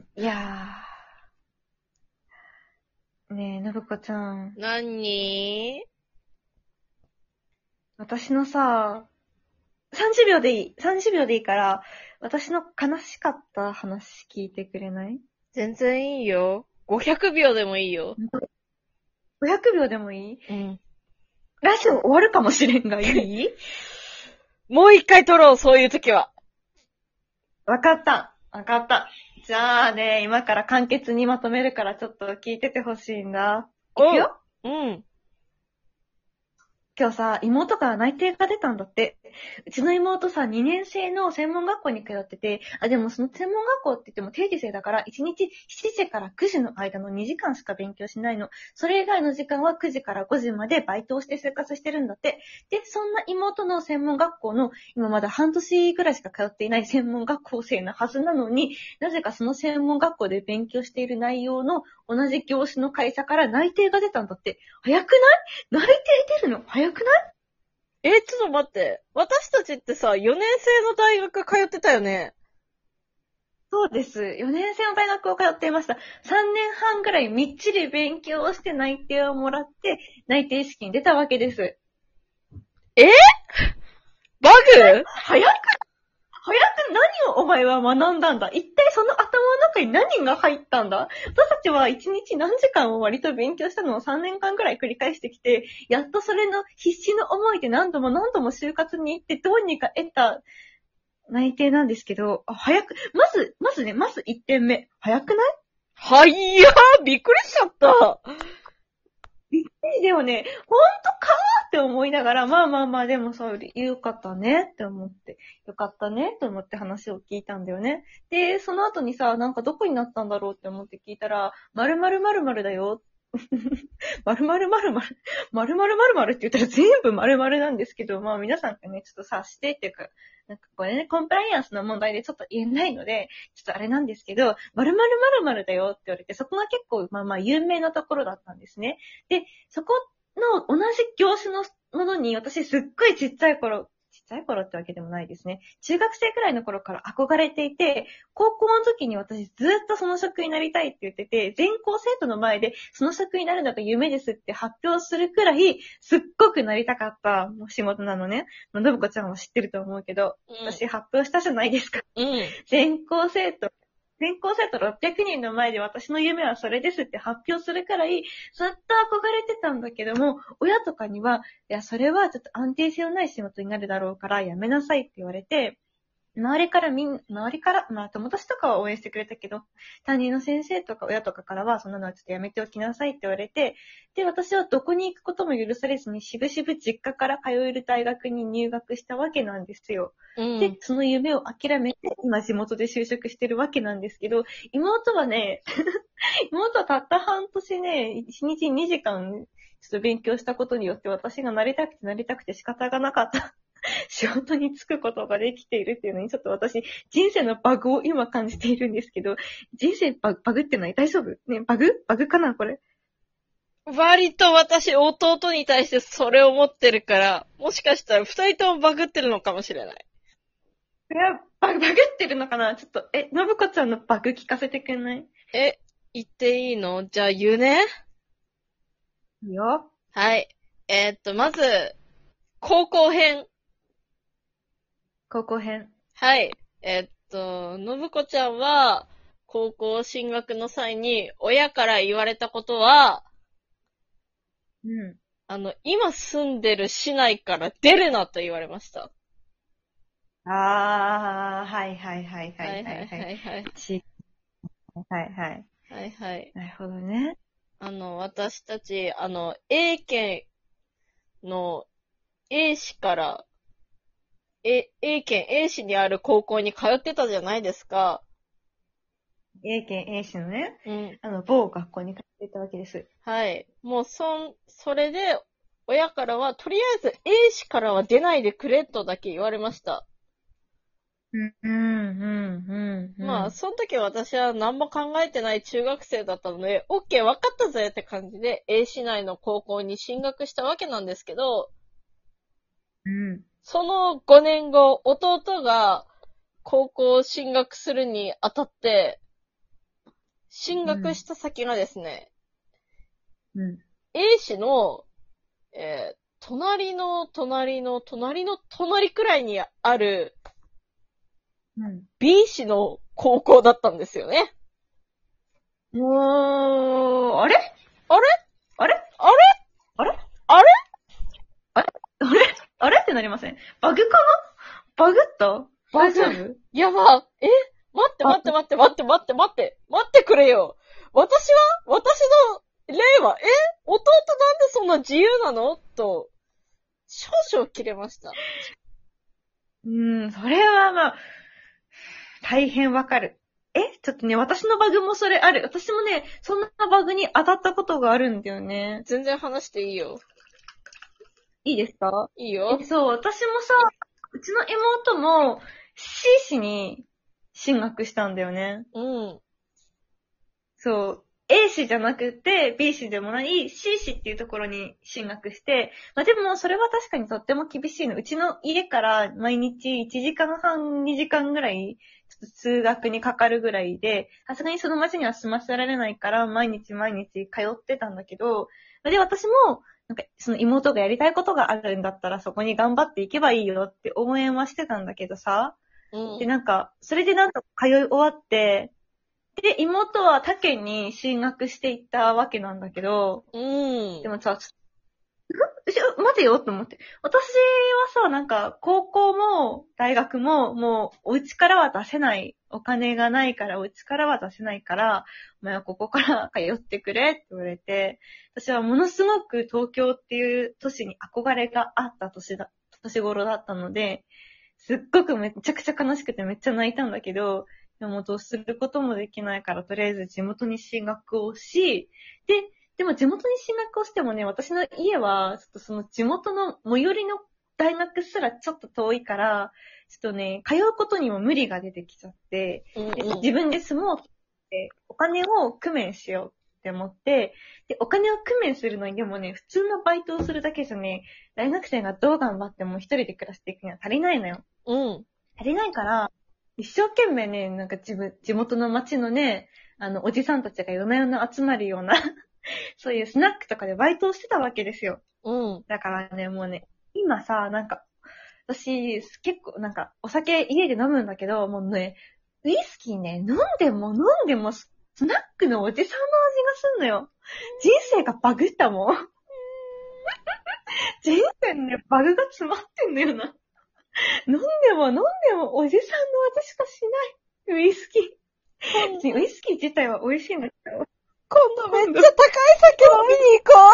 いやー、ねえ、信子ちゃん。 なに私のさ、30秒でいい。30秒でいいから、私の悲しかった話聞いてくれない？ 全然いいよ。500秒でもいいよ。 500 秒でもいい？ うん。 ラジオ終わるかもしれんがいい？ もう一回撮ろう、そういう時は。 わかった。わかった。じゃあね、今から簡潔にまとめるからちょっと聞いててほしいんだ。いくおう。 よ。 うん。 今日さ、妹から内定が出たんだって。うちの妹さ、2年生の専門学校に通ってて、でもその専門学校って言っても定時制だから、1日7時から9時の間の2時間しか勉強しないの。それ以外の時間は9時から5時までバイトをして生活してるんだって。で、そんな妹の専門学校の、今まだ半年くらいしか通っていない専門学校生なはずなのに、なぜかその専門学校で勉強している内容の同じ業種の会社から内定が出たんだって。早くない？内定出るの早くない？ ちょっと待って。私たちってさ、4年生の大学通ってたよね。 そうです。4年生の大学を通っていました。3年半ぐらいみっちり勉強をして内定をもらって、内定式に出たわけです。 バグ早く何をお前は学んだんだ？一体その頭の中に何が入ったんだ？私たちは1日何時間を割と勉強したのを3年間くらい繰り返してきて、やっとそれの必死の思いで何度も何度も就活に行ってどうにか得た内定なんですけど、まず1点目。早くない？ はいやー、びっくりしちゃった。 びっくりだよね。ほんとかーって思いながら、まあ、でもそう、よかったねって思って、よかったねって思って話を聞いたんだよね。で、その後にさ、なんかどこになったんだろうって思って聞いたら、〇〇〇〇だよ。〇〇〇〇、〇〇〇〇って言ったら全部〇〇なんですけど、まあ皆さんがね、ちょっと察してっていうか、なんかこれね、コンプライアンスの問題でちょっと言えないので、ちょっとあれなんですけど、〇〇〇〇だよって言われて、そこが結構、有名なところだったんですね。で、そこの同じ業種のものに私すっごいちっちゃい頃ってわけでもないですね。中学生くらいの頃から憧れていて、高校の時に私ずっとその職になりたいって言ってて、全校生徒の前でその職になるのが夢ですって発表するくらい、すっごくなりたかった仕事なのね。信子ちゃんも知ってると思うけど、私発表したじゃないですか。 うん。うん。 全校生徒600人の前で私の夢はそれですって発表するくらい、ずっと憧れてたんだけども、親とかには、いや、それはちょっと安定性のない仕事になるだろうからやめなさいって言われて、周りから、友達とかは応援してくれたけど、担任の先生とか親とかからは、そんなのはちょっとやめておきなさいって言われて、で、私はどこに行くことも許されずに、しぶしぶ実家から通える大学に入学したわけなんですよ。で、 うん。 その夢を諦めて、今地元で就職してるわけなんですけど、妹はね、妹はたった半年ね、1日2時間、ちょっと勉強したことによって私がなりたくて仕方がなかった仕事に就くことができているっていうのに、ちょっと私、人生のバグを今感じているんですけど、人生バグってない？大丈夫ね？バグかなこれ。 割と私、弟に対してそれを持ってるから、もしかしたら二人ともバグってるのかもしれない。 いや、バグってるのかなちょっと、信子ちゃんのバグ聞かせてくんない？ 言っていいの？じゃあ言うね。 いいよ。 はい。まず、高校編。 高校編。 はい。信子ちゃんは、高校進学の際に、親から言われたことは、 うん。 今住んでる市内から出るなと言われました。 はいはいはいはいはいはいはいはい。 はいはい。 はいはい。 はいはい。 なるほどね。 私たち、A 県の A 市から、A 県 A 市にある高校に通ってたじゃないですか。 A 県 A 市のね、 うん。 某学校に通っていたわけです。 はい。もう、それで、親からは、とりあえず A 市からは出ないでくれとだけ言われました。まあ、その時私は何も考えてない中学生だったので、OK、分かったぜって感じで A 市内の高校に進学したわけなんですけど、 うん。 その5年後、弟が高校進学するにあたって、 進学した先がですね、 うん。 A 市の、隣の隣の隣の隣くらいにあるうん。 B 市の高校だったんですよね。 おー、あれあれあれあれあれあれあれあれってなりません？バグかな？バグったバグ大丈夫？ やば。待って待って待って待って待って待って待ってくれよ。私の例は、弟なんでそんな自由なのと、少々切れました。 それはまあ、大変わかる。ちょっとね、私のバグもそれある。私もね、そんなバグに当たったことがあるんだよね。 全然話していいよ。 いいですか？ いいよ。 そう、私もさ、うちの妹も C 市に進学したんだよね。 うん。 そう。A 市じゃなくて B 市でもない C 市っていうところに進学して、まあでもそれは確かにとっても厳しいの。うちの家から毎日1時間半、2時間ぐらい、ちょっと通学にかかるぐらいで、さすがにその町には済ませられないから毎日毎日通ってたんだけど、で、私も、なんかその妹がやりたいことがあるんだったらそこに頑張っていけばいいよって応援はしてたんだけどさ、で、 うん。 なんか、それでなんか通い終わって、で、妹は他県に進学していったわけなんだけど、 うん。 でもさ、待てよと思って。私はさ、なんか、高校も大学も、もう、お家からは出せない。お金がないから、お家からは出せないから、お前はここから通ってくれって言われて、私はものすごく東京っていう都市に憧れがあった年頃だったので、すっごくめちゃくちゃ悲しくてめっちゃ泣いたんだけど、でもどうすることもできないから、とりあえず地元に進学をし、でも地元に進学をしてもね、私の家は、ちょっとその地元の最寄りの大学すらちょっと遠いから、ちょっとね、通うことにも無理が出てきちゃって、でうん。 自分で住もうって、お金を工面しようって思って、で、お金を工面するのにでもね、普通のバイトをするだけじゃね、大学生がどう頑張っても一人で暮らしていくには足りないのよ。 うん。 足りないから、一生懸命ね、なんか地元の町のね、おじさんたちが夜な夜な集まるようなそういうスナックとかでバイトをしてたわけですよ。 うん。 だからね、もうね、今さ、なんか、私、結構なんか、お酒家で飲むんだけど、もうね、ウイスキーね、飲んでもスナックのおじさんの味がすんのよ。人生がバグったもん。人生にね、バグが詰まってんのよな。飲んでもおじさんの味しかしない。ウイスキー。ウイスキー自体は美味しいんだけど。 今度めっちゃ高い酒飲みに行こ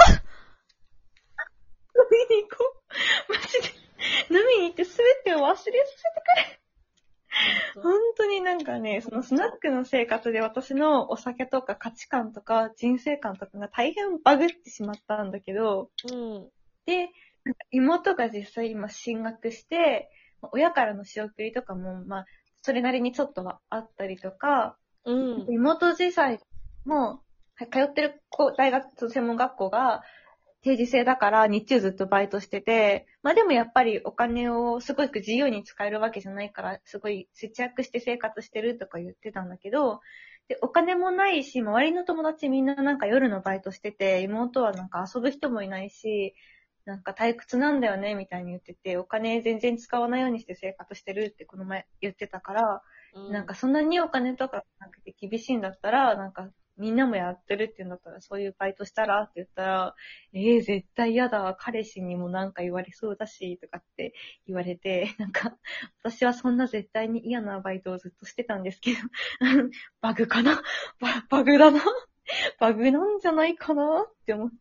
飲みに行こう。マジで。飲みに行って全てを忘れさせてくれ。 う。 本当になんかね、そのスナックの生活で私のお酒とか価値観とか人生観とかが大変バグってしまったんだけど、 うん。 で、なんか妹が実際今進学して、親からの仕送りとかも、まあ、それなりにちょっとはあったりとか、 うん。 妹自体も、通ってる大学、専門学校が定時制だから日中ずっとバイトしてて、まあでもやっぱりお金をすごく自由に使えるわけじゃないから、すごい節約して生活してるとか言ってたんだけど、で、お金もないし、周りの友達みんななんか夜のバイトしてて、妹はなんか遊ぶ人もいないし、なんか退屈なんだよね、みたいに言ってて、お金全然使わないようにして生活してるってこの前言ってたから、なんかそんなにお金とかなくて厳しいんだったら、なんかみんなもやってるって言うんだったら、そういうバイトしたらって言ったら、絶対嫌だ、彼氏にもなんか言われそうだし、とかって言われて、なんか、私はそんな絶対に嫌なバイトをずっとしてたんですけど、バグかなバグだなバグなんじゃないかなって思って、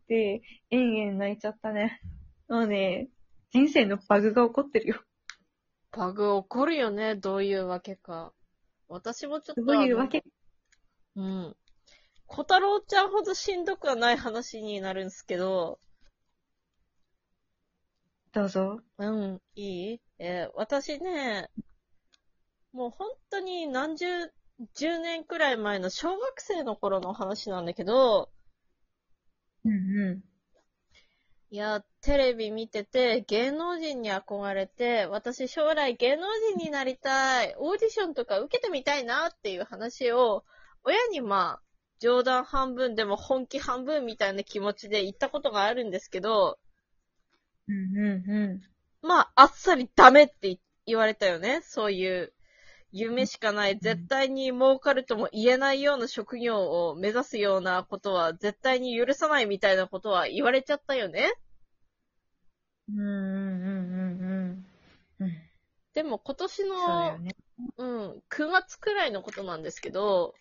延々泣いちゃったね。もうね、人生のバグが起こってるよ。 バグ起こるよね、どういうわけか。私もちょっどういうとわけ？ うん。小太郎ちゃんほどしんどくはない話になるんですけど、 どうぞ。 いい私ね、もう本当に10年くらい前の小学生の頃の話なんだけど、 うんういや、テレビ見てて芸能人に憧れて、私将来芸能人になりたい、オーディションとか受けてみたいなっていう話を、親に冗談半分でも本気半分みたいな気持ちで言ったことがあるんですけど、まあ、あっさりダメって言われたよね。そういう夢しかない、絶対に儲かるとも言えないような職業を目指すようなことは絶対に許さないみたいなことは言われちゃったよね。でも今年そうだのよ、ね。 9月くらいのことなんですけど、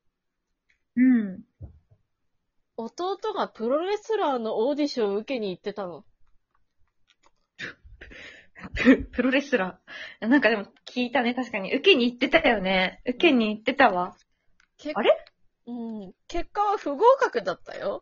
弟がプロレスラーのオーディションを受けに行ってたの。 プロレスラー。なんかでも聞いたね、確かに。受けに行ってたよね。受けに行ってたわ。あれ？ 結果は不合格だったよ。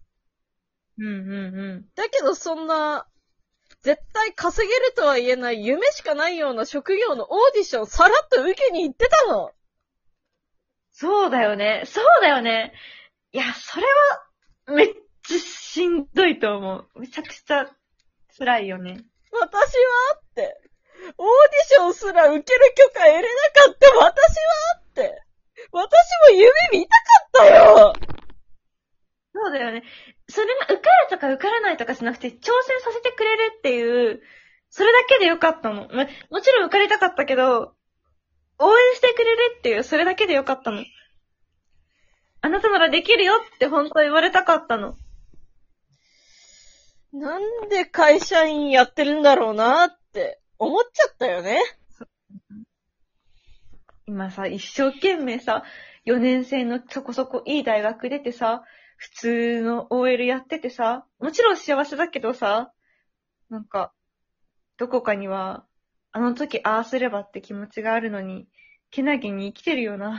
だけどそんな、絶対稼げるとは言えない夢しかないような職業のオーディションさらっと受けに行ってたの。 そうだよね。そうだよね。いや、それは、めっちゃしんどいと思う。めちゃくちゃ辛いよね。 私はって。オーディションすら受ける許可得れなかった私はって。私も夢見たかったよ。 そうだよね。それが受かるとか受からないとかじゃなくて、挑戦させてくれるっていう、それだけでよかったの。もちろん受かりたかったけど、応援してくれるっていう、それだけでよかったの。あなたならできるよって本当言われたかったの。 なんで会社員やってるんだろうなって思っちゃったよね。 今さ、一生懸命さ、4年生のそこそこいい大学出てさ、普通の OL やっててさ、もちろん幸せだけどさ、なんか、どこかには、あの時ああすればって気持ちがあるのに、けなげに生きてるよな。